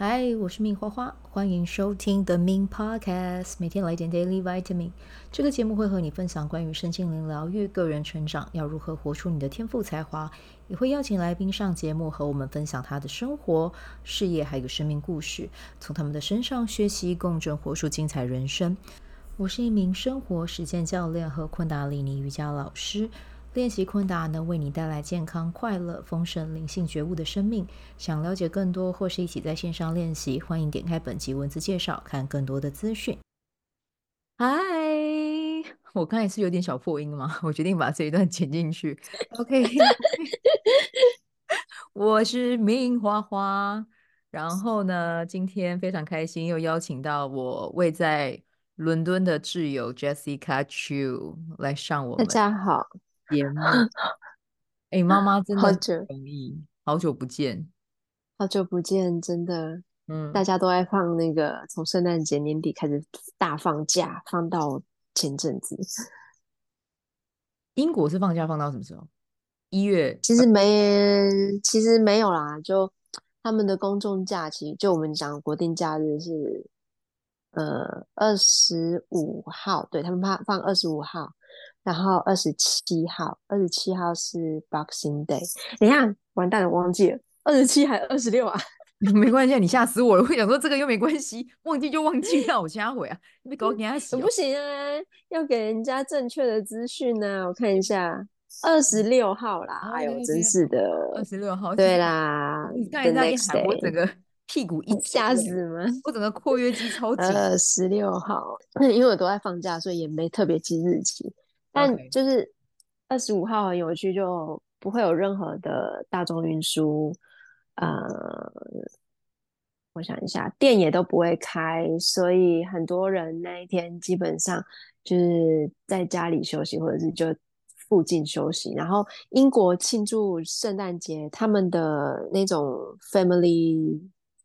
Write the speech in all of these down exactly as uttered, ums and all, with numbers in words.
嗨，我是命花花，欢迎收听 The Min Podcast，每天来点 Daily Vitamin。这个节目会和你分享关于身心灵疗愈、个人成长，要如何活出你的天赋才华，也会邀请来宾上节目和我们分享他的生活、事业还有生命故事，从他们的身上学习，共振活出精彩人生。我是一名生活实践教练和昆达里尼瑜伽老师。练习昆达能为你带来健康、快乐、丰盛、灵性觉悟的生命。想了解更多或是一起在线上练习，欢迎点开本集文字介绍，看更多的资讯。嗨，我刚才是有点小破音吗？我决定把这一段剪进去。OK，我是明花花。然后呢，今天非常开心，又邀请到我位在伦敦的挚友 Jessica Chu 来上我大们家好， 节目。哎，妈妈真的很好久不容易，好久不见。 好久不见，真的，大嗯， 家都在放那个，从圣诞节年底开始大放假，放到前阵子。 英国是放假放到什么时候？一月。 其实没，其实没有啦，就他们的公众假期，就我们讲国定假日是呃二十五号，对，他们放放二十五号，然后二十七号，二十七号是 Boxing Day。等一下，完蛋了，忘记了，二十七还二十六啊？ 没关系啊，你吓死我了。我想说这个又没关系，忘记就忘记，那我下回啊，你别搞我给他洗哦。 不行啊，要给人家正确的资讯呢。我看一下，二十六号啦。哎 ，OK 呦，真 OK， 是二的， 十六号，其对实啦你刚才 ，the 这样一 next 喊，我整 day， 个屁股一紧吓欸， 死吗？ 我整个括约肌超紧。 呃，十六号，因为我都在放假，所以也没特别记日期。但 OK， 就是二十五号很有趣，就不会有任何的大众运输，呃，我想一下，店也都不会开，所以很多人那一天基本上就是在家里休息，或者是就附近休息。然后英国庆祝圣诞节，他们的那种 family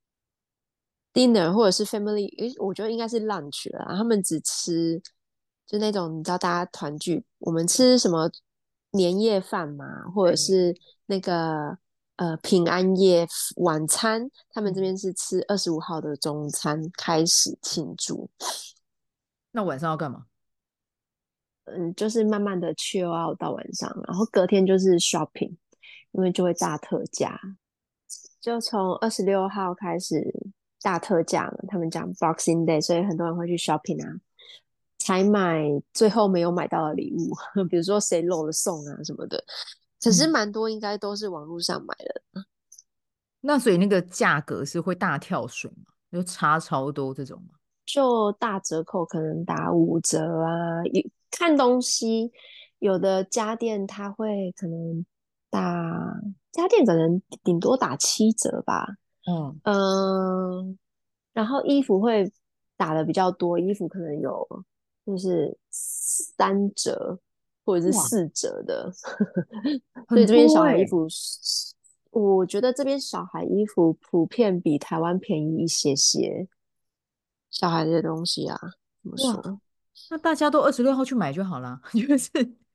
dinner 或者是 family，诶，我觉得应该是 lunch 了啊他们只吃就那种你知道大家团聚，我们吃什么年夜饭嘛，或者对， 是那个呃平安夜晚餐，他们这嗯， 边是吃二十五号的中餐开始庆祝， 那晚上要干嘛？ 嗯，就是慢慢的 chill out 到晚上，然后隔天就是 shopping，因为就会大特价，就从二十六号开始大特价了，他们讲 Boxing Day，所以很多人会去 shopping 啊，采买最后没有买到的礼物，比如说谁漏了送啊什么的。可是嗯， 蛮多应该都是网络上买的， 那所以那个价格是会大跳水吗？就差超多这种吗？ 就大折扣可能打五折啊。有看东西，有的家电它会可能打家电可能顶多打七折吧， 嗯， 嗯，然后衣服会打的比较多，衣服可能有就是三折或者是哇， 四折的，所很以这边小多哎。 孩衣服是，我觉得这边小孩衣服普遍比台湾便宜一些些。小孩的东西啊，怎么哇， 说？ 那大家都二十六号去买就好了，就是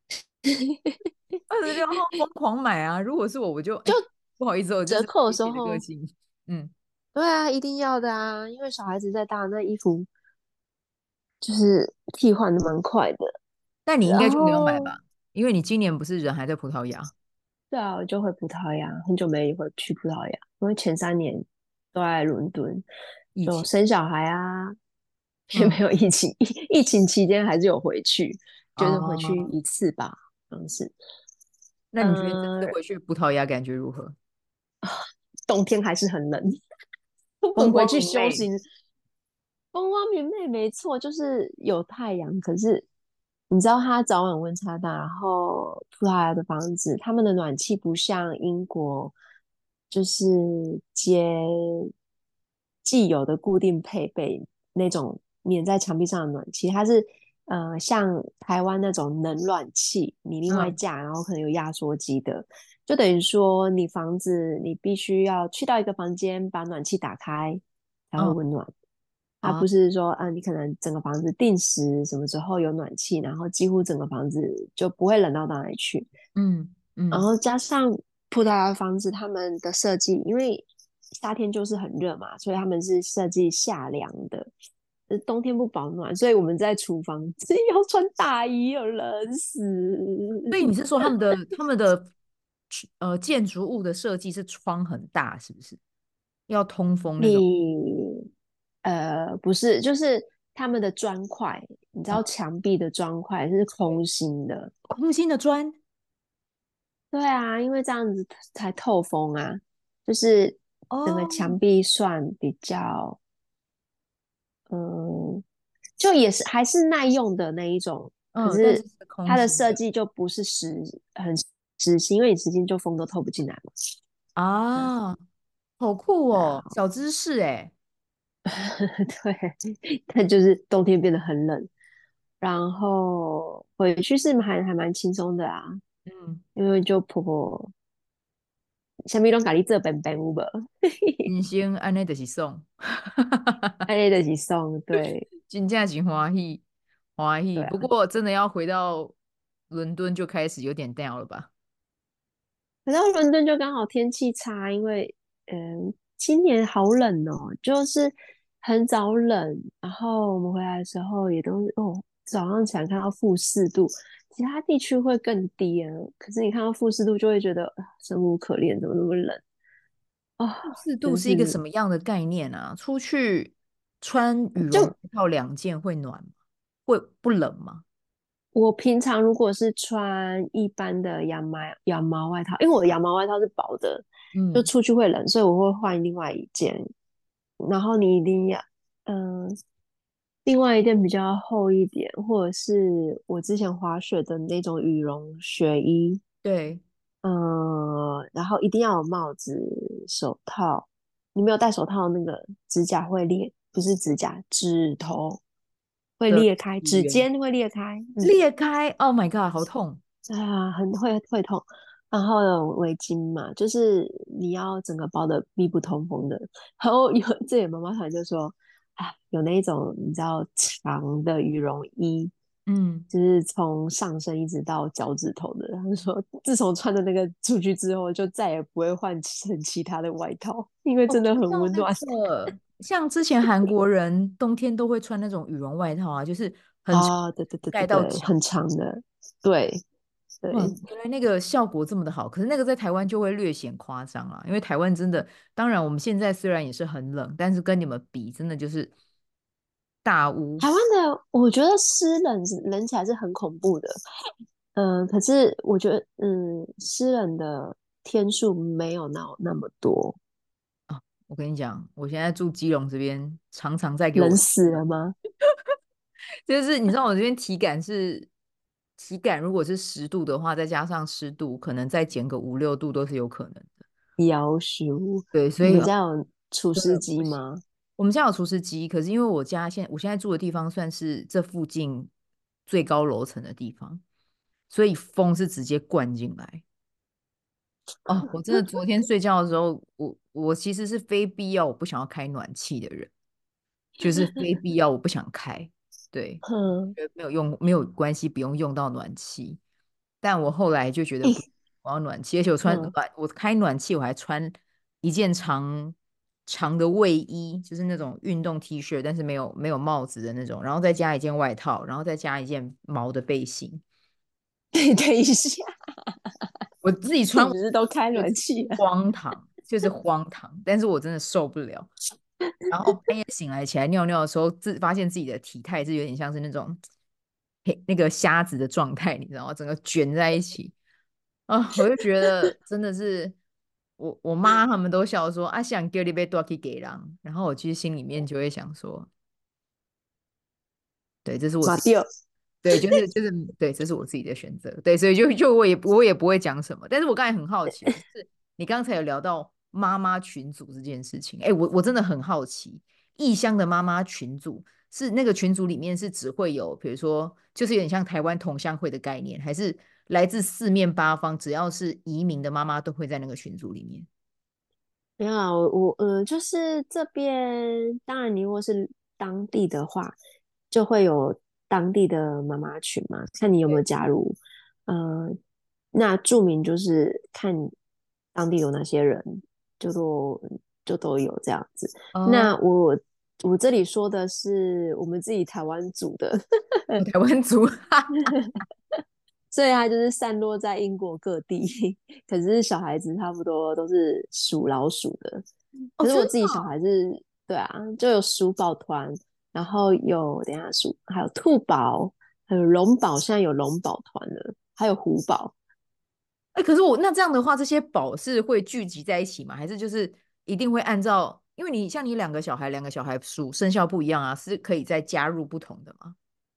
二十六号疯狂买啊！如果是我，我就哎，不好意思哦，这是折扣的姐姐的个时候， 性。嗯， 对啊，一定要的啊，因为小孩子在大，那衣服就是替换的蛮快的。 但你应然该就没有买后， 吧？因为你今年不是人还在葡萄牙。 对啊，我就回葡萄牙，很久没回去葡萄牙，因为前三年都在伦敦， 疫情。 就生小孩啊，也没嗯， 有疫情，疫情期间还是有回去，就是回去哦， 一次吧，好像是。 那你觉得这次嗯、 回去葡萄牙感觉如何？ 冬天还是很冷， 风光我回去明媚。 休息风光明媚没错，就是有太阳，可是你知道它早晚温差大，然后葡萄牙的房子，他们的暖气不像英国，就是接既有的固定配备那种粘在墙壁上的暖气，它是呃像台湾那种冷暖气，你另外嗯， 架，然后可能有压缩机的，就等于说你房子你必须要去到一个房间把暖气打开才会嗯， 温暖。它啊， 不是说，嗯、你可能整个房子定时什么时候有暖气，然后几乎整个房子就不会冷到哪里去。 嗯嗯， 然后加上葡萄牙房子他们的设计，因为夏天就是很热嘛，所以他们是设计夏凉的，呃冬天不保暖，所以我们在厨房自己要穿大衣，有冷死。 所以你是说他们的他们的呃建筑物的设计是窗很大，是不是？要通风那种？ 你呃不是，就是他们的砖块，你知嗯， 道墙壁的砖块是对， 空心的。 空心的砖。 对啊，因为这样子才透风啊，就是整个哦， 墙壁算比较，嗯，就也是还是耐用的那一种，可嗯，但是是是空它的心的设计就不是实很实心，因为你实心就风都透不进来嘛。嗯， 啊，好酷哦， 对啊， 小知识哎。 对，它就是冬天变得很冷，然后回去是还还蛮轻松的啊， 嗯， 因为就婆婆下面拢咖喱这本本有无？ 人生安内就是爽， 爱的是送，对真正是欢喜欢喜。 对啊。 不过真的要回到伦敦就开始有点 down 了吧？ 可到伦敦就刚好天气差，因为嗯，今年好冷哦，就是很早冷，然后我们回来的时候也都哦，早上起来看到负四度，其他地区会更低啊。可是你看到负四度，就会觉得啊生无可恋，怎么那么冷啊？ 四度是一个什真是么样的概念啊？出去穿羽绒外就套两件会暖吗？会不冷吗？ 我平常如果是穿一般的羊毛羊毛外套，因为我的羊毛外套是薄的，就嗯， 出去会冷，所以我会换另外一件。然后你一定要，嗯、另外一件比较厚一点，或者是我之前滑雪的那种羽绒雪衣， 对， 嗯、然后一定要有帽子、手套。你没有戴手套，那个指甲会裂，不是指甲，指头会的裂开，指语言尖会裂开。嗯， 裂开，Oh my god，好痛！ 啊，很会会痛。然后有围巾嘛，就是你要整个包的密不通风的。然后有这里妈妈团就说，啊，有那一种你知道长的羽绒衣， 嗯， 就是从上身一直到脚趾头的。他就说，自从穿的那个出去之后，就再也不会换成其他的外套，因为哦， 真的就像那很温暖。 个，像之前韩国人冬天都会穿那种羽绒外套啊，就是很长， 啊，对对对对对， 盖到脚。 很长的，对哇， 对。 原来那个效果这么的好，可是那个在台湾就会略显夸张啊，因为台湾真的，当然我们现在虽然也是很冷，但是跟你们比，真的就是大污。 台湾的，我觉得湿冷是冷起来是很恐怖的。嗯、可是我觉得，嗯，湿冷的天数没有那那么多。 我跟你讲，我现在住基隆这边，常常在给我冷死了吗？ 就是你知道我这边体感是体感，如果是十度的话，再加上湿度，可能再减个五六度都是有可能的。 要求对，所你以们家有除真湿的不行。 机吗？ 我们家有除湿机，可是因为我家现我现在住的地方算是这附近最高楼层的地方，所以风是直接灌进来。哦，我真的昨天睡觉的时候，我我其实是非必要我不想要开暖气的人，就是非必要我不想开。对， 哼， 觉得没有用，没有关系，不用用到暖气。但我后来就觉得不， 诶， 我要暖气，而且我穿哼， 暖，我开暖气，我还穿一件长长的卫衣，就是那种运动 T 恤，但是没有没有帽子的那种，然后再加一件外套，然后再加一件毛的背心。 等等一下， 我自己穿，我你不是都开觉得暖气了？ 荒唐，就是荒唐，但是我真的受不了。然后半夜醒来起来尿尿的时候，自发现自己的体态是有点像是那种嘿那个虾子的状态，你知道吗？整个卷在一起啊，我就觉得真的是我我妈他们都笑说啊，想叫你被多去给狼，然后我其实心里面就会想说，对，这是我自己。 马丢， 对，就是就是对，这是我自己的选择。对，所以就就我也我也不会讲什么。但是我刚才很好奇哦，就是你刚才有聊到妈妈群组这件事情，哎，我我真的很好奇，异乡的妈妈群组是那个群组里面是只会有，比如说就是有点像台湾同乡会的概念，还是来自四面八方，只要是移民的妈妈都会在那个群组里面？ 没有啊，我我嗯，就是这边，当然你如果是当地的话，就会有当地的妈妈群嘛，看你有没有对， 加入。呃，那注明就是看当地有哪些人，就做就都有这样子。那哦， 我我这里说的是我们自己台湾组的， 我台湾族， 所以它就是散落在英国各地，可是小孩子差不多都是属老鼠的。 哦，真的可是我自己小孩是，对啊，就有鼠宝团，然后有等一下鼠，还有兔宝，还有龙宝，现在有龙宝团了，还有虎宝。 哎，可是我那这样的话，这些宝是会聚集在一起吗？还是就是一定会按照？因为你像你两个小孩，两个小孩属生肖不一样啊，是可以再加入不同的吗？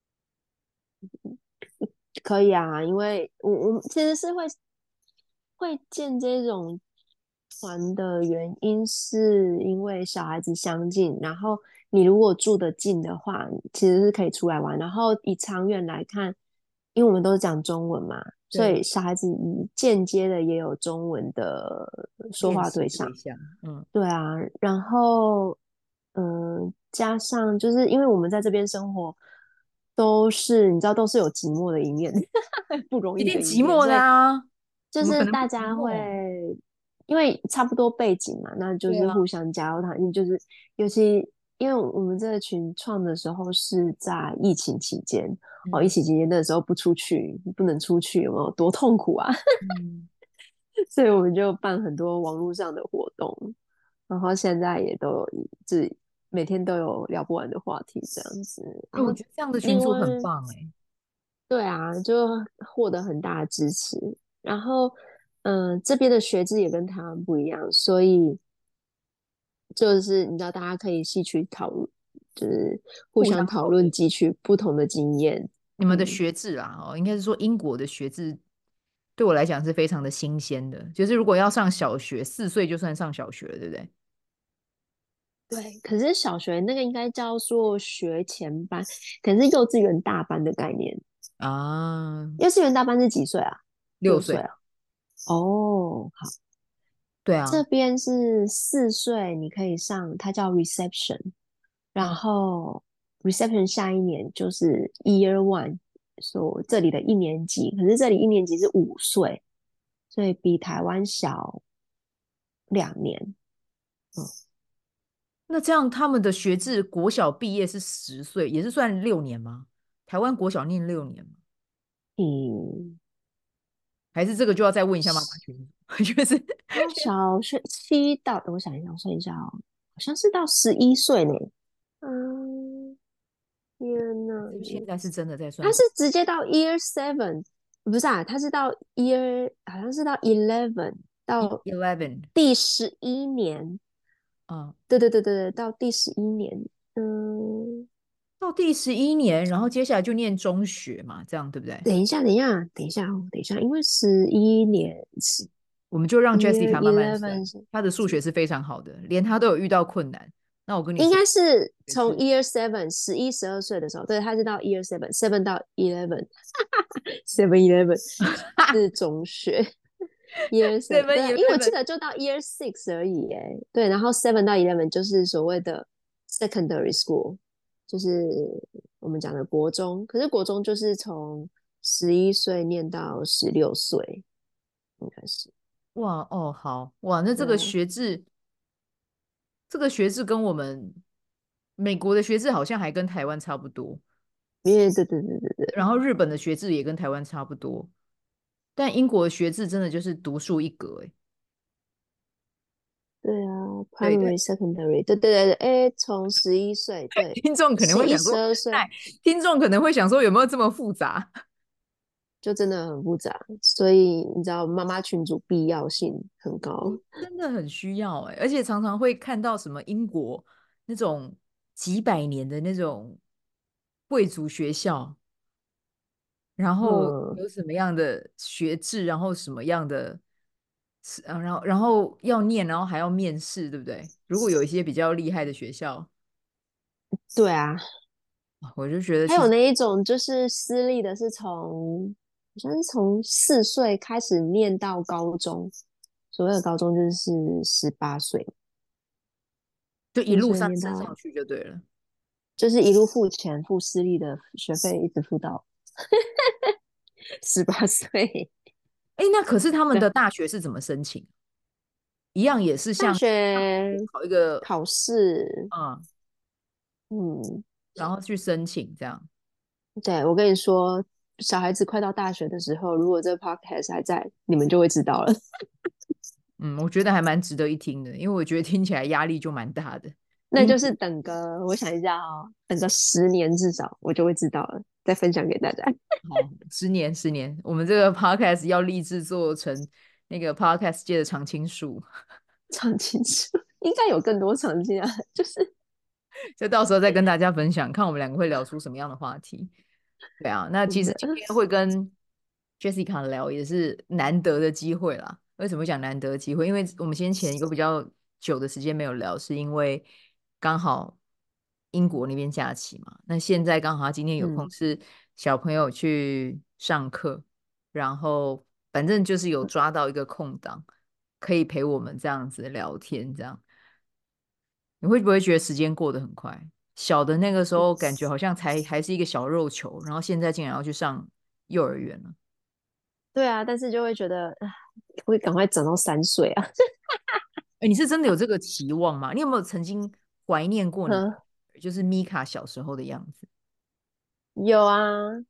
可以啊，因为我我其实是会会建这种团的原因，是因为小孩子相近，然后你如果住得近的话，其实是可以出来玩。然后以长远来看，因为我们都是讲中文嘛，所对， 以小孩子你间接的也有中文的说练话对象。 习对象，嗯， 对啊，然后嗯、呃加上就是因为我们在这边生活，都是你知道都是有寂寞的一面，不容一定易的一面， 寂寞的所以啊， 就怎么可是大能不寂家会寞？ 因为差不多背景嘛，那就对啊， 是互相加油谈，就是尤其因为我们这个群创的时候是在疫情期间哦，疫嗯情期间的时候不出去，不能出去，有没有多痛苦啊？ 嗯， 所以我们就办很多网络上的活动，然后现在也都有，就是每天都有聊不完的话题这样子。 哎， 然后我觉得这样的群另外， 组很棒哎， 对啊，就获得很大的支持。然后，嗯、这边的学制也跟台湾不一样，所以就是你知道，大家可以吸取讨论，就是互互相相讨论， 讨论。 汲取不同的经验。 你们的嗯， 学制啊，哦，应该是说英国的学制，对我来讲是非常的新鲜的。就是如果要上小学，四岁就算上小学了，对不对？ 对。可是小学那个应该叫做学前班，可能是幼稚园大班的概念。 啊， 幼稚园大班是几岁啊？ 六岁， 六岁啊？哦，好， 对啊， 这边是四岁，你可以上，它叫 reception，然嗯， 后 reception 下一年就是 year one，说这里的一年级，可是这里一年级是五岁，所以比台湾小两年。嗯， 那这样他们的学制，国小毕业是十岁，也是算六年吗？台湾国小念六年吗？ 嗯， 还是这个就要再问一下妈妈群组，就是他小学七到，我想一想，我算一下哦，好像是到十一岁呢。嗯，天呐， 现在是真的在算国他是直接到 year seven，不是啊，他是到 year 好像是到 eleven 到 eleven 第十一年， 啊， 对对对对对，到第十一年，嗯， 到第十一年，然后接下来就念中学嘛，这样对不对？ 等一下，等一下，等一下哦，等一下，因为十一年是我们就让 year Jessica 慢慢 eleven 算， 是她的数学是非常好的，连她都有遇到困难。那我跟你说， 应该是从也是 year seven 十一十二岁的时候，对，他是到 year seven seven 到 eleven seven eleven 是中学。Year seven， seven 对啊，因为我记 eleven， 得就到 Year six 而已，哎，对，然后 seven 到 eleven 就是所谓的 secondary school，就是我们讲的国中，可是国中就是从十一岁念到十六岁，应该是， 哇哦，好哇，那这个对啊， 学制，这个学制跟我们美国的学制好像还跟台湾差不多， 因为对对对对对然后日本的学制也跟台湾差不多，但英国的学制真的就是独树一格，哎， 对啊对，但 ，primary secondary，对对对对，哎，从十一岁，对， 听众可能十一会想说， 十二岁那听众可能会想说有没有这么复杂？ 就真的很复杂，所以你知道妈妈群组必要性很高， 真的很需要哎、而且常常会看到什么英国那种几百年的那种贵族学校，然后嗯， 有什么样的学制，然后什么样的，是啊，然后然后要念，然后还要面试，对不对？如果有一些比较厉害的学校， 对啊， 我就觉得其实还有那一种就是私立的，是从好像是从四岁开始念到高中，所谓的高中就是十八岁， 就一四岁路上念到升上去就对了。 就是一路付钱付私立的学费，一直付到十八岁。 哎，那可是他们对， 的大学是怎么申请？ 一样也是大像学考一个， 考试， 嗯， 嗯， 然后去申请这样。 对，我跟你说，小孩子快到大学的时候，如果这个 podcast 还在，你们就会知道了。 嗯，我觉得还蛮值得一听的，因为我觉得听起来压力就蛮大的。英那就是等个，我想一下哦，等个十年至少，我就会知道了，再分享给大家。 好，十年十年，我们这个 podcast 要立志做成那个 podcast 界的常青树。 常青树应该有更多常青啊，就是就到时候再跟大家分享，看我们两个会聊出什么样的话题。对啊，那其真的， 实今天会跟 Jessica 聊也是难得的机会啦。为什么讲难得的机会？因为我们先前有比较久的时间没有聊，是因为刚好英国那边假期嘛。那现在刚好他今天有空， 嗯， 是小朋友去上课，然后反正就是有抓到一个空档，可以陪我们这样子聊天，这样。你会不会觉得时间过得很快？小的那个时候感觉好像才还是一个小肉球，然后现在竟然要去上幼儿园了。 对啊，但是就会觉得，啊会赶快长到三岁啊。 哎，你是真的有这个期望吗？你有没有曾经怀念过你嗯， 就是米卡小时候的样子？ 有啊，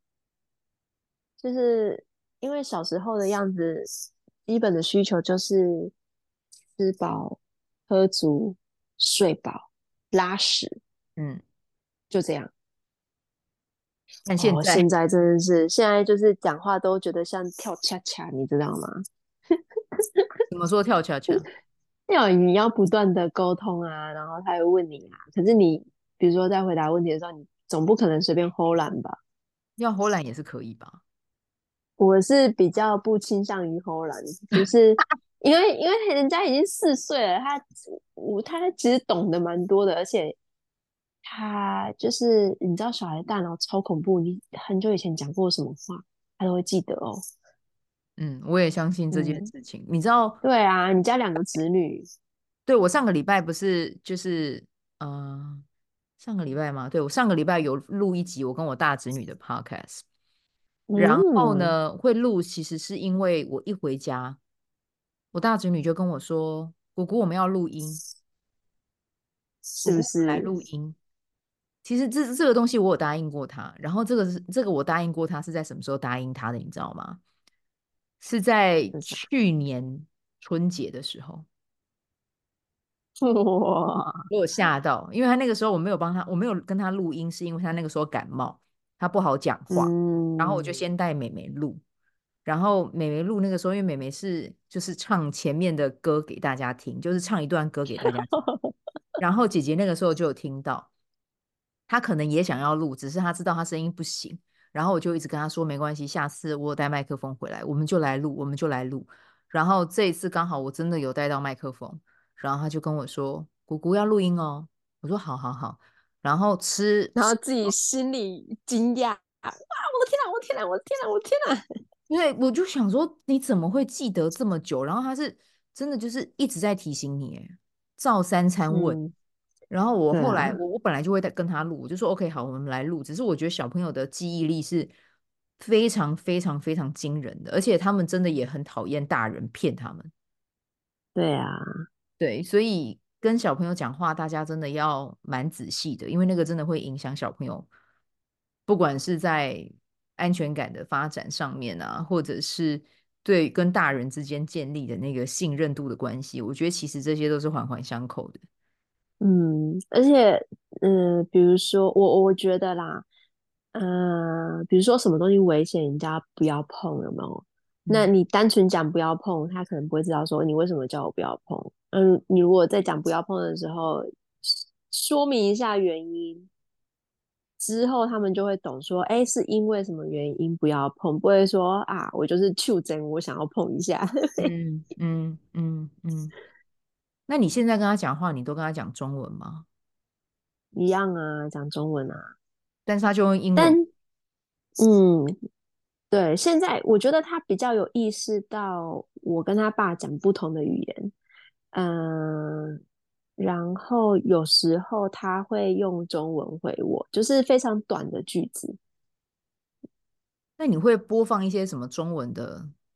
就是因为小时候的样子，基本的需求就是吃饱、喝足、睡饱、拉屎， 嗯， 就这样。哦， 但现在现在真的是，现在就是讲话都觉得像跳恰恰，你知道吗？ 怎么说跳恰恰？ 要你要不断的沟通啊，然后他会问你啊，可是你比如说在回答问题的时候，你总不可能随便偷懒吧？ 要荷兰也是可以吧？ 我是比较不倾向于偷懒，就是因为因为人家已经四岁了，他我他其实懂得蛮多的，而且他就是你知道小孩大脑超恐怖，你很久以前讲过什么话，他都会记得哦。 嗯，我也相信这件嗯， 事情。你知道， 对啊，你家两个子女， 对，我上个礼拜不是就是呃上个礼拜吗？对，我上个礼拜有录一集我跟我大侄女的 podcast。然后嗯， 呢，会录其实是因为我一回家，我大侄女就跟我说：“姑姑，我们要录音，姑是不姑我们来是？ 录音。”其实这这个东西我有答应过她，然后这个是这个我答应过她是在什么时候答应她的，你知道吗？是在是啥？ 去年春节的时候。 哇， 我有吓到，因为他那个时候我没有帮他，我没有跟他录音，是因为他那个时候感冒，他不好讲话，然后我就嗯， 先带妹妹录，然后妹妹录那个时候，因为妹妹是就是唱前面的歌给大家听，就是唱一段歌给大家听，然后姐姐那个时候就有听到，她可能也想要录，只是她知道她声音不行，然后我就一直跟她说没关系，下次我有带麦克风回来，我们就来录，我们就来录，然后这一次刚好我真的有带到麦克风。然后他就跟我说：“姑姑要录音哦。”我说：“好好好。”然后吃吃， 然后自己心里惊讶，哇，我的天啊，我的天啊，我的天啊，我的天啊！ 因为我就想说，你怎么会记得这么久？然后他是真的就是一直在提醒你，哎，照三餐问。 嗯， 然后我对啊， 后来，我我本来就会在跟他录，我就说 OK，好，我们来录。只是我觉得小朋友的记忆力是非常非常非常惊人的，而且他们真的也很讨厌大人骗他们。 对啊， 对，所以跟小朋友讲话，大家真的要蛮仔细的，因为那个真的会影响小朋友，不管是在安全感的发展上面啊，或者是对跟大人之间建立的那个信任度的关系，我觉得其实这些都是环环相扣的。 嗯，而且，嗯，比如说我我觉得啦，嗯，比如说什么东西危险，人家不要碰，有没有？那嗯你单纯讲不要碰，他可能不会知道说你为什么叫我不要碰。嗯，你如果在讲不要碰的时候，说明一下原因，之后他们就会懂说，哎，是因为什么原因不要碰，不会说啊，我就是触诊，我想要碰一下， 嗯嗯嗯嗯。那你现在跟他讲话，你都跟他讲中文吗？ 一样啊，讲中文啊。 但是他就用英文。 但嗯，对，现在我觉得他比较有意识到我跟他爸讲不同的语言，嗯，然后有时候他会用中文回我，就是非常短的句子。 那你会播放一些什么中文的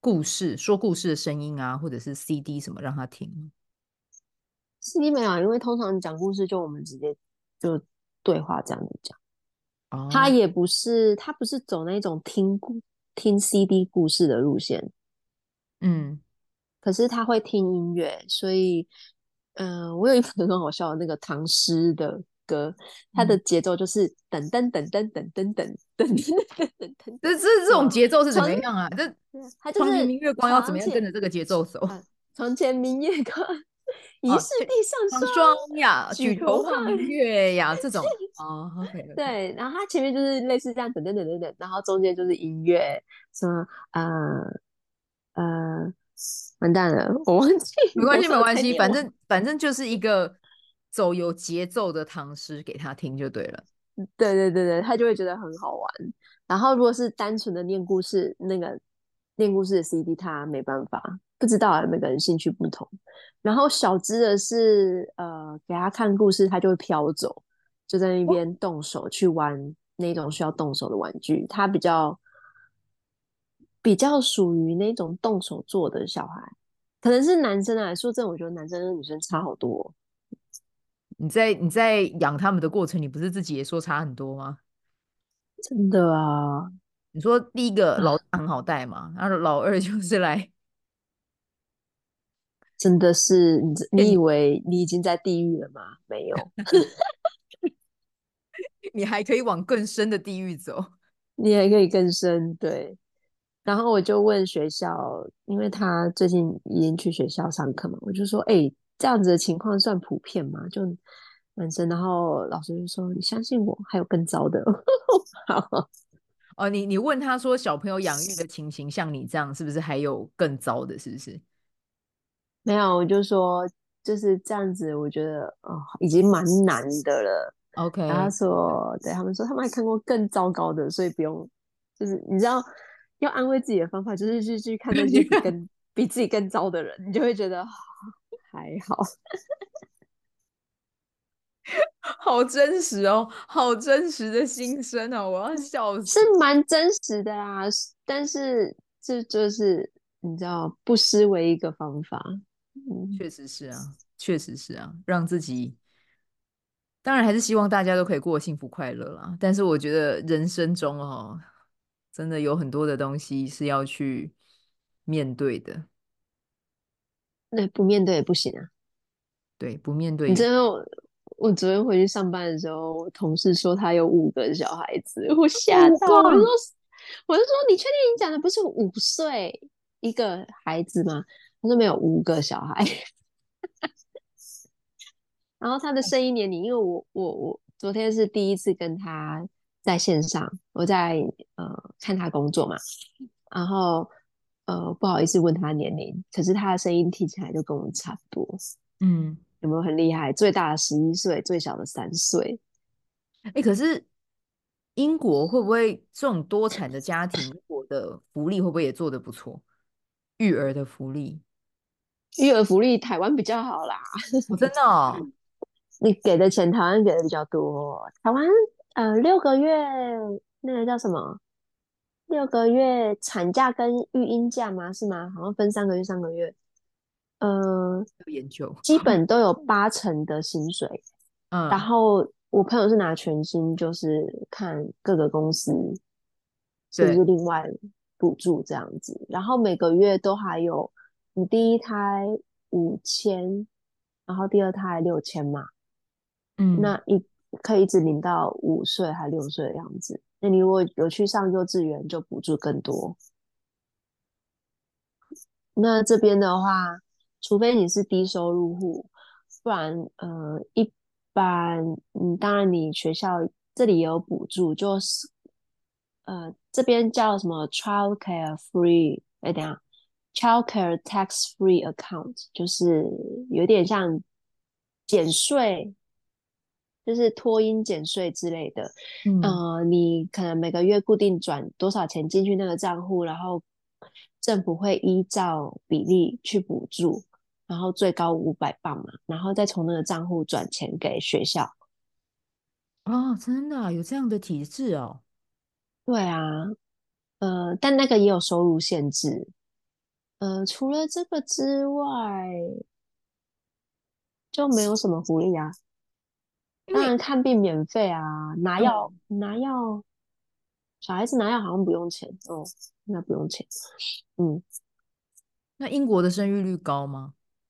故事说故事的声音啊，或者是 C D 什么让他听吗？ C D 没有啊，因为通常讲故事就我们直接就对话这样子讲。他哦， 也不是他不是走那种听故听 C D 故事的路线， 嗯可是他会听音乐，所以，嗯、我有一个很好笑的那个唐诗的歌，它的嗯， 节奏就是噔噔噔噔噔噔噔噔噔噔噔噔噔， 这这这什么种节奏是怎么从样啊？这它就是床前明月光要怎么样跟床前着这个节奏走？ 啊，床前明月光，疑哦， 是去地上霜， 双双呀，举头举头望。 望月呀，这种哦，OK OK， 对，然后它前面就是类似这样等等等等等，然后中间就是音乐，什么呃呃，完蛋了，我忘记没关我上次系没关系， 才念完。 反正反正就是一个走有节奏的唐诗给他听就对了。 对对对对，他就会觉得很好玩。然后如果是单纯的念故事，那个念故事的 C D 他没办法，不知道啊每个人兴趣不同。然后小只的是呃，给他看故事，他就会飘走，就在那哦， 边动手去玩那种需要动手的玩具。他比较比较属于那种动手做的小孩，可能是男生来说，真的我觉得男生跟女生差好多哦。 你在你在养他们的过程，你不是自己也说差很多吗？ 真的啊你说第一个老啊， 大很好带嘛，然后老二就是来真的是你你以骗你， 为你已经在地狱了吗？没有。 你还可以往更深的地狱走。 你还可以更深，对。然后我就问学校，因为他最近已经去学校上课嘛，我就说，哎、这样子的情况算普遍吗？就男生，然后老师就说，你相信我，还有更糟的。好， 哦，你你问他说小朋友养育的情形像你这样，是不是还有更糟的？是不是没有，我就说就是这样子，我觉得哦，已经蛮难的了。然后他 ？OK， 说，对他们说他们还看过更糟糕的，所以不用，就是你知道，要安慰自己的方法就是去去看那些比更比自己更糟的人，你就会觉得还好， 好真实哦，好真实的心声哦，我要笑是死。 蛮真实的啦。但是这就是你知道，不失为一个方法。嗯， 确实是啊，确实是啊，让自己当然还是希望大家都可以过得幸福快乐啦。但是我觉得人生中哦，真的有很多的东西是要去面对的， 那不面对也不行啊。 对，不面对你也知道我，我昨天回去上班的时候，我同事说他有五个小孩子，我吓五个， 到，我就说，我就说，你确定你讲的不是五岁一个孩子吗？他说没有五个小孩，然后他的声音年龄，因为我我我昨天是第一次跟他在线上，我在呃看他工作嘛，然后呃不好意思问他年龄，可是他的声音听起来就跟我们差不多， 嗯， 有没有很厉害？最大的十一岁，最小的三岁。 哎，可是英国会不会这种多产的家庭，英国的福利会不会也做得不错？育儿的福利， 育儿福利台湾比较好啦， 我、真的哦， 你给的钱台湾给的比较多。台湾呃六个月那个叫什么？六个月产假跟育婴假吗？是吗？好像分三个月，三个月。呃， 有研究， 基本都有八成的薪水。然嗯， 后我朋友是拿全薪，就是看各个公司是不对， 是另外补助这样子。然后每个月都还有，你第一胎五千，然后第二胎六千嘛， 嗯， 那一可以一直领到五岁还六岁的样子。那你如果有去上幼稚园，就补助更多。那这边的话，除非你是低收入户，不然呃，一般嗯，当然你学校这里也有补助，就是呃这边叫什么 child care free，哎，等一下，child care tax free account，就是有点像减税，就是托婴减税之类的。 嗯， 呃，你可能每个月固定转多少钱进去那个账户，然后政府会依照比例去补助，然后最高五百磅嘛，然后再从那个账户转钱给学校。 哦，真的啊有这样的体制哦。 对啊，呃，但那个也有收入限制， 呃，除了这个之外，就没有什么福利啊。当然因为看病免费啊，拿药嗯， 拿药，小孩子拿药好像不用钱哦，那不用钱。嗯， 那英国的生育率高吗？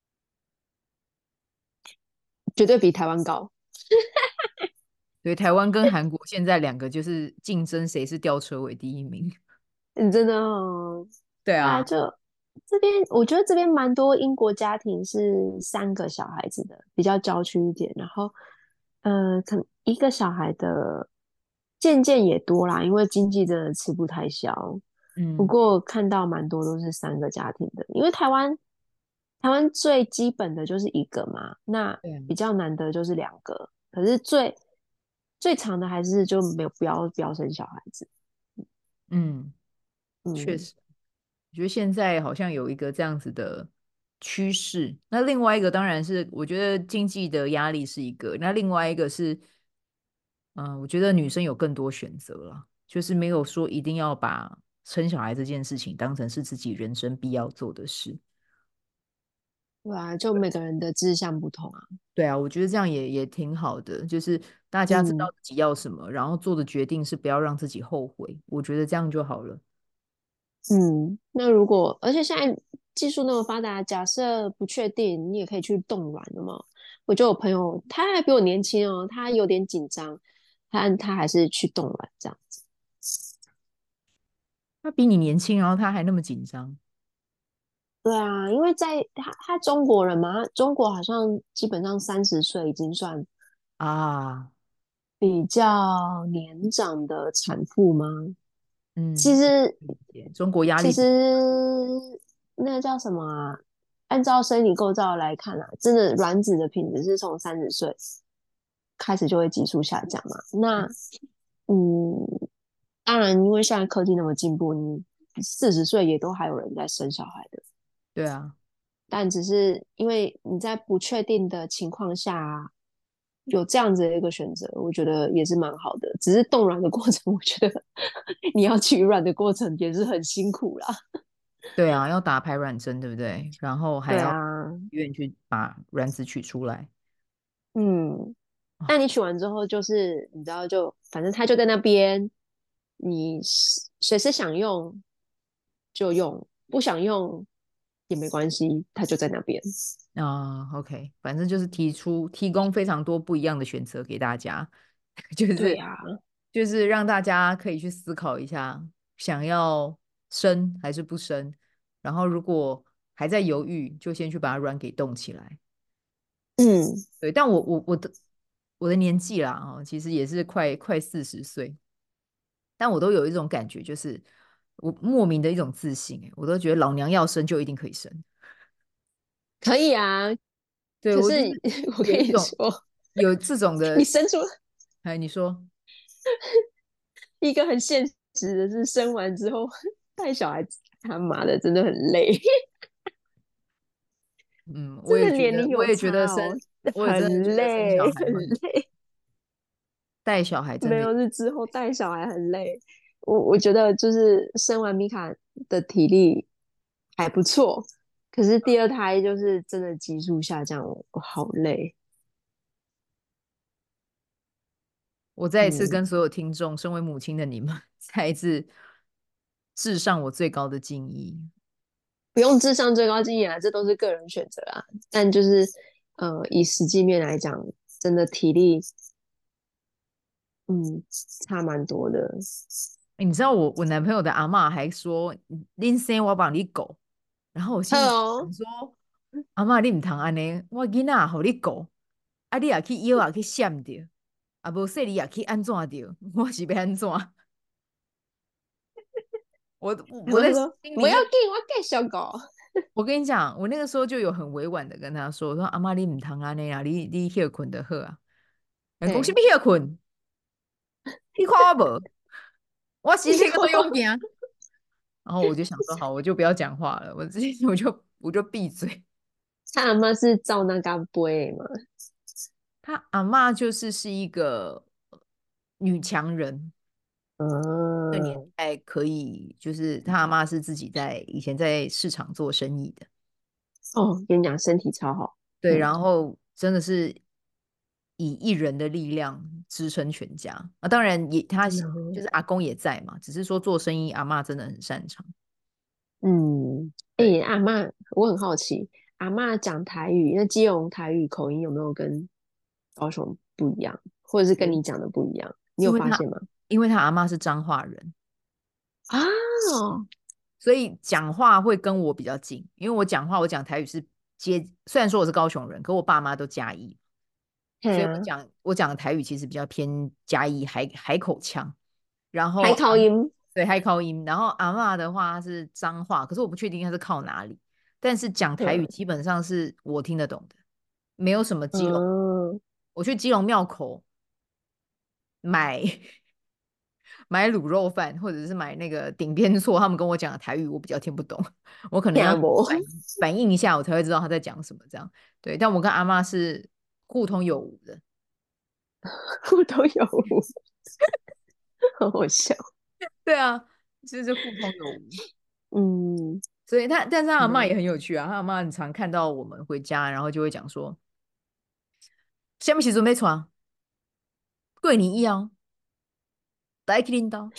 绝对比台湾高。 对，台湾跟韩国现在两个就是竞争谁是吊车尾第一名。 嗯，真的哦。 对啊， 对啊，就这边，我觉得这边蛮多英国家庭是三个小孩子的，比较郊区一点。然后，呃，可能一个小孩的渐渐也多啦，因为经济真的吃不太消。不嗯， 过看到蛮多都是三个家庭的，因为台湾台湾最基本的就是一个嘛，那对啊， 比较难的就是两个，可是最最长的还是就没有不要不要生小孩子。 嗯，确嗯， 实。我觉得现在好像有一个这样子的趋势。那另外一个当然是，我觉得经济的压力是一个，那另外一个是，嗯、我觉得女生有更多选择了，就是没有说一定要把生小孩这件事情当成是自己人生必要做的事。 对啊，就每个人的志向不同啊。 对啊，我觉得这样也也挺好的，就是大家知道嗯自己要什么，然后做的决定是不要让自己后悔，我觉得这样就好了。 嗯，那如果而且现在技术那么发达，假设不确定，你也可以去冻卵的嘛。我就有朋友，他还比我年轻哦，他有点紧张，他他还是去冻卵这样子。 他比你年轻，然后他还那么紧张对啊，因为在他他中国人嘛，中国好像基本上三十岁已经算啊， 比较年长的产妇吗？其嗯， 实理解中国压其力比实那个叫什么啊？按照生理构造来看啊，真的卵子的品质是从三十岁开始就会急速下降嘛。那嗯，当然，因为现在科技那么进步，你四十岁也都还有人在生小孩的。 对啊， 但只是因为你在不确定的情况下有这样子的一个选择，我觉得也是蛮好的。只是冻卵的过程，我觉得你要取卵的过程也是很辛苦啦。 对啊，要打排卵针，对不对？然后还对要啊， 医院去把卵子取出来。 嗯，那哦你取完之后，就是你知道就，反正它就在那边，你随随时想用就用，不想用也没关系，它就在那边。 啊，OK，反正就是提出提供非常多不一样的选择给大家，就是对呀、 就是让大家可以去思考一下，想要生还是不生，然后如果还在犹豫，就先去把它卵给冻起来。 嗯， 对，但我我我的我的年纪啦，哦，其实也是快快四十岁，但我都有一种感觉，就是我莫名的一种自信，欸我都觉得老娘要生就一定可以生。 可以啊。 对， 可是我就是我跟有一种你说， 有这种的， 你生出哎，你说， 一个很现实的是，生完之后带小孩子，他妈的真的很累， 嗯，我真的也觉得， 年龄有我也觉得生， 差哦， 我也真的觉很得生小累，很孩很累。 带小孩，真的， 没有，是之后带小孩很累。我我觉得就是生完米卡的体力还不错，可是第二胎就是真的急速下降，我好累。 我再一次嗯， 跟所有听众，身为母亲的你们，再一次致上我最高的敬意。 不用智商最高经验啊，这都是个人选择啊。但就是呃，以实际面来讲，真的体力嗯差蛮多的。 欸你知道我我男朋友的阿嬷还说恁生我帮你狗，然后我心里哦， 想说阿嬷你唔通安尼，我囡仔互你狗，啊你也去咬也去闪着，啊无说你也去安怎着，我是要安怎？我我在然后说心里面， 不要给我给小狗。 我跟你讲，我那个时候就有很委婉的跟他说，我说阿嬷你唔通安尼啊，你你休困就好啊。人讲什嘿， 么休困？你看我无？我身体个都勇行。然后我就想说，好，我就不要讲话了，我直接我就我就闭嘴。 他阿妈是照那个杯嘛？ 他阿嬷就是是一个呃女强人， 那个年嗯， 代可以，就是他阿妈是自己在以前在市场做生意的。 哦，跟你讲，身体超好。 对， 嗯， 然后真的是以一人的力量支撑全家啊。当然也他然后就是阿公也在嘛，只是说做生意阿嬷真的很擅长。 嗯，哎、 对， 阿嬷，我很好奇，阿嬷讲台语，那基隆台语口音有没有跟高雄不一样，或者是跟有， 你讲的不一样？你有因为他发现吗？ 因为他阿嬷是彰化人， 啊，哦， 所以讲话会跟我比较近。因为我讲话我讲台语是接，虽然说我是高雄人，可我爸妈都嘉义，所以我嘿啊， 讲我讲的台语其实比较偏嘉义海海口腔。然后海阿口音， 对海口音，然后阿嬷的话是彰化，可是我不确定她是靠哪里。但是讲台语嗯基本上是我听得懂的，没有什么基隆。 嗯， 我去基隆庙口买买卤肉饭，或者是买那个顶边错，他们跟我讲的台语我比较听不懂，我可能要听无， 反反应一下，我才会知道他在讲什么。这样对，但我跟阿嬷是互通有无的。 我都有，好好笑。 对啊，就是互通有无。 嗯， 所以他，但是他阿嬷也那很有趣啊。他阿嬷很常看到我们回家，然后就会讲说：“下面洗准备床，对你一样，来去领导，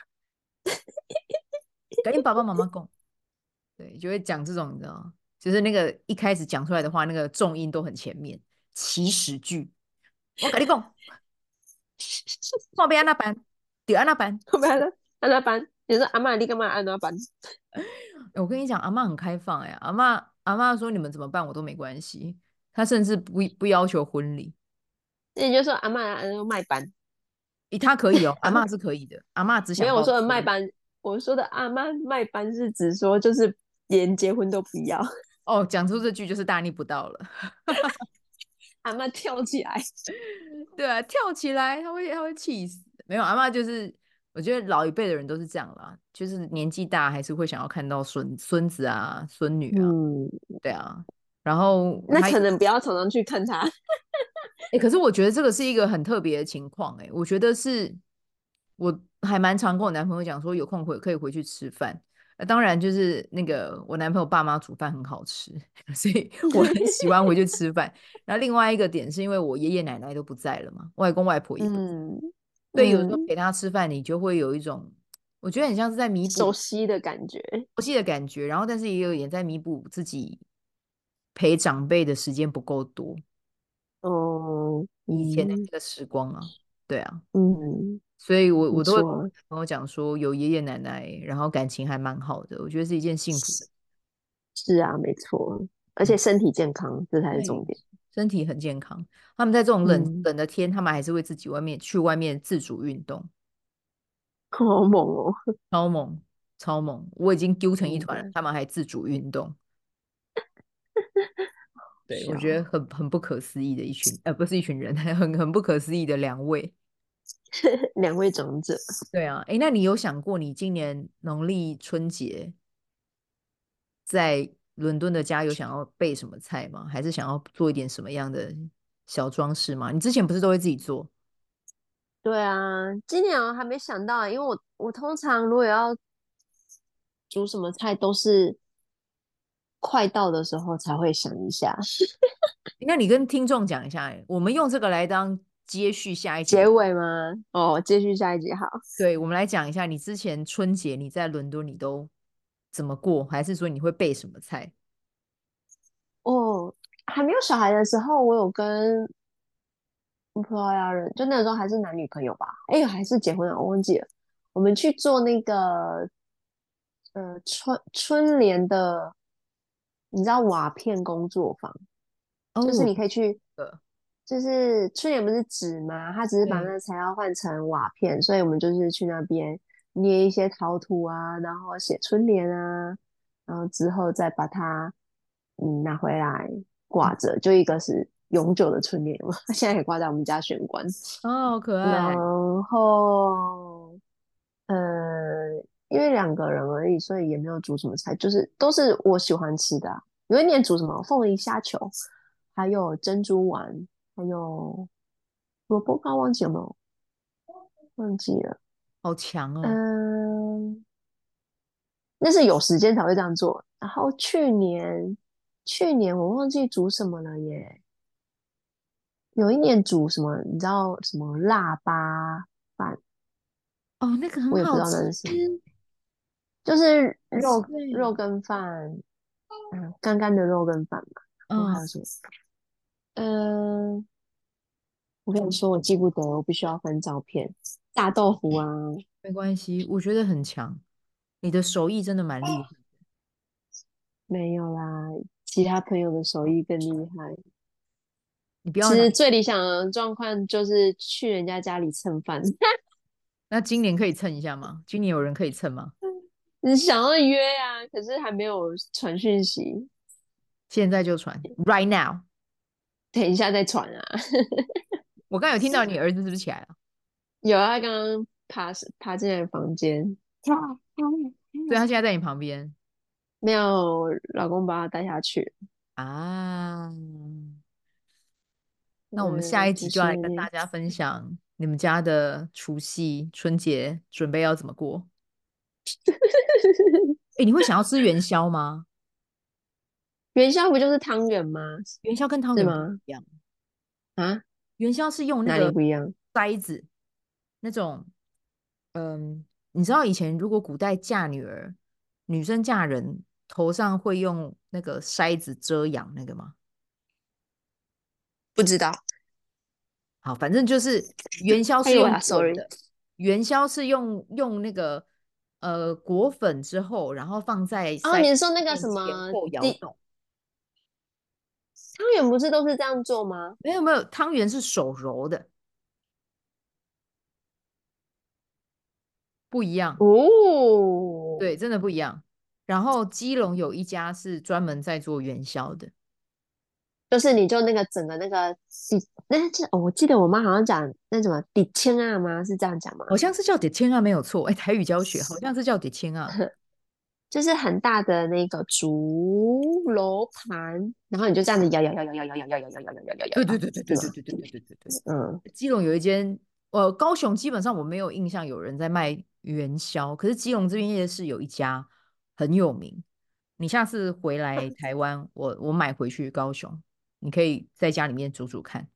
赶紧爸爸妈妈讲。”对，就会讲这种，你知道吗？就是那个一开始讲出来的话，那个重音都很前面，起始句。我跟你讲，后边按那班，对按那班。 后面呢？按那班，你说阿嬷，你干嘛按那班？ 欸我跟你讲，阿嬷很开放哎、阿嬷阿嬷说你们怎么办我都没关系，她甚至不不要求婚礼。 那你就说阿嬷按那卖班， 欸，她可以哦，阿阿嬷嬷是可以的，阿嬷只想没有我说的报喜婚。 卖班，我说的阿嬷卖班是指说就是连结婚都不要， 哦，讲出这句就是大逆不道了。 阿嬷跳起来， 对啊，跳起来，他会他会气死。没有阿嬷就是，我觉得老一辈的人都是这样啦，就是年纪大还是会想要看到孙孙子啊、孙女啊， 嗯， 对啊。然后还那可能不要常常去看他， 哎、欸可是我觉得这个是一个很特别的情况。哎，我觉得是我还蛮常跟我男朋友讲说，有空回可以回去吃饭。呃当然就是那个我男朋友爸妈煮饭很好吃，所以我很喜欢回去吃饭。然后另外一个点是因为我爷爷奶奶都不在了嘛，外公外婆也不在， 嗯所以有时候嗯， 陪他吃饭，你就会有一种我觉得很像是在弥补熟悉的感觉， 熟悉的感觉，然后但是也有点在弥补自己陪长辈的时间不够多。 哦， 以前的嗯那个时光啊，对啊。 嗯， 所以我不我都会跟我错， 朋友讲说，有爷爷奶奶，然后感情还蛮好的，我觉得是一件幸福的。 是啊，没错，而且嗯， 身体健康，这才是重对， 点， 身体很健康。他们在这种冷嗯， 冷的天，他们还是会自己外面去外面自主运动， 好猛哦， 超猛超猛。我已经丢成一团了， 真的， 他们还自主运动。对，我觉得笑， 很很不可思议的一群，呃，不是一群人，很很不可思议的两位。 两位长者。 对啊，诶，那你有想过你今年农历春节在伦敦的家有想要备什么菜吗？还是想要做一点什么样的小装饰吗？你之前不是都会自己做？ 对啊，今年我还没想到啊，因为我我通常如果要煮什么菜，都是快到的时候才会想一下。 那你跟听众讲一下，我们用这个来当接续下一集的。 结尾吗？哦，继续下一集好。 对，我们来讲一下你之前春节你在伦敦你都怎么过，还是说你会备什么菜？ 哦，还没有小孩的时候，我有跟葡萄牙人，就那个时候还是男女朋友吧？哎，还是结婚了，我忘记了。我们去做那个呃春春联的，你知道瓦片工作坊， 哦， 就是我不你可以去， 的， 就是春联不是纸吗？它只是把那对， 个材料换成瓦片，所以我们就是去那边捏一些陶土啊，然后写春联啊，然后之后再把它嗯拿回来嗯， 挂着，就一个是永久的春联嘛，现在也挂在我们家玄关。 哦，好可然爱。 后呃，因为两个人而已，所以也没有煮什么菜，就是都是我喜欢吃的啊。有一年煮什么凤梨虾球，还有珍珠丸，还有萝卜糕，忘记有没有忘记了。 好强哦。 嗯，那是有时间才会这样做。然后去年，去年我忘记煮什么了耶。有一年煮什么，你知道什么腊八饭？ 哦，那个很我也不知好吃。 道那是什么，就是好吃肉肉哎。 跟饭，嗯，干干的肉跟饭嘛。然后还嗯， 有什么？嗯、我跟你说，我记不得，我必须要翻照片。大豆腐啊， 没关系，我觉得很强，你的手艺真的蛮厉害。 没有啦，其他朋友的手艺更厉害。 你不要拿。 其实最理想的状况就是去人家家里蹭饭。 那今年可以蹭一下吗？今年有人可以蹭吗？ 你想要约啊，可是还没有传讯息， 现在就传，right now。 等一下再传啊。 我刚有听到你儿子是不是起来了？ 有啊，他刚刚爬爬进来房间， 所以他现在在你旁边没有老公把他带下去。 啊。那我们下一嗯，就是集就要来跟大家分享你们家的除夕、春节准备要怎么过。哎，你会想要吃元宵吗？ 元宵不就是汤圆吗？ 元宵跟汤圆不是吗？ 一样， 啊， 元宵是用那哪里个不一样？ 筛子，那种，嗯，你知道以前如果古代嫁女儿，女生嫁人头上会用那个筛子遮阳那个吗？ 不知道。 好，反正就是元宵是用哎呦啊，sorry。 滚的，元宵是用用那个呃裹粉之后，然后放在哦， 筛你是说那个什面前么地后摇动。 汤圆不是都是这样做吗？ 没有没有，汤圆是手揉的，不一样。 哦， 对，真的不一样。然后基隆有一家是专门在做元宵的， 就是你就那个整个那个底，那这、哦、我记得我妈好像讲那什么底青啊吗？是这样讲吗？ 好像是叫点千啊，没有错。哎，台语教学好像是叫点千啊。 就是很大的那个竹楼盘，然后你就这样子摇摇摇摇摇摇摇摇摇摇摇摇摇摇， 对对对对是吗？ 对对对对对对对对。 嗯， 基隆有一间，呃，高雄基本上我没有印象有人在卖元宵，可是基隆这边夜市有一家很有名。你下次回来台湾，我我买回去高雄，你可以在家里面煮煮看。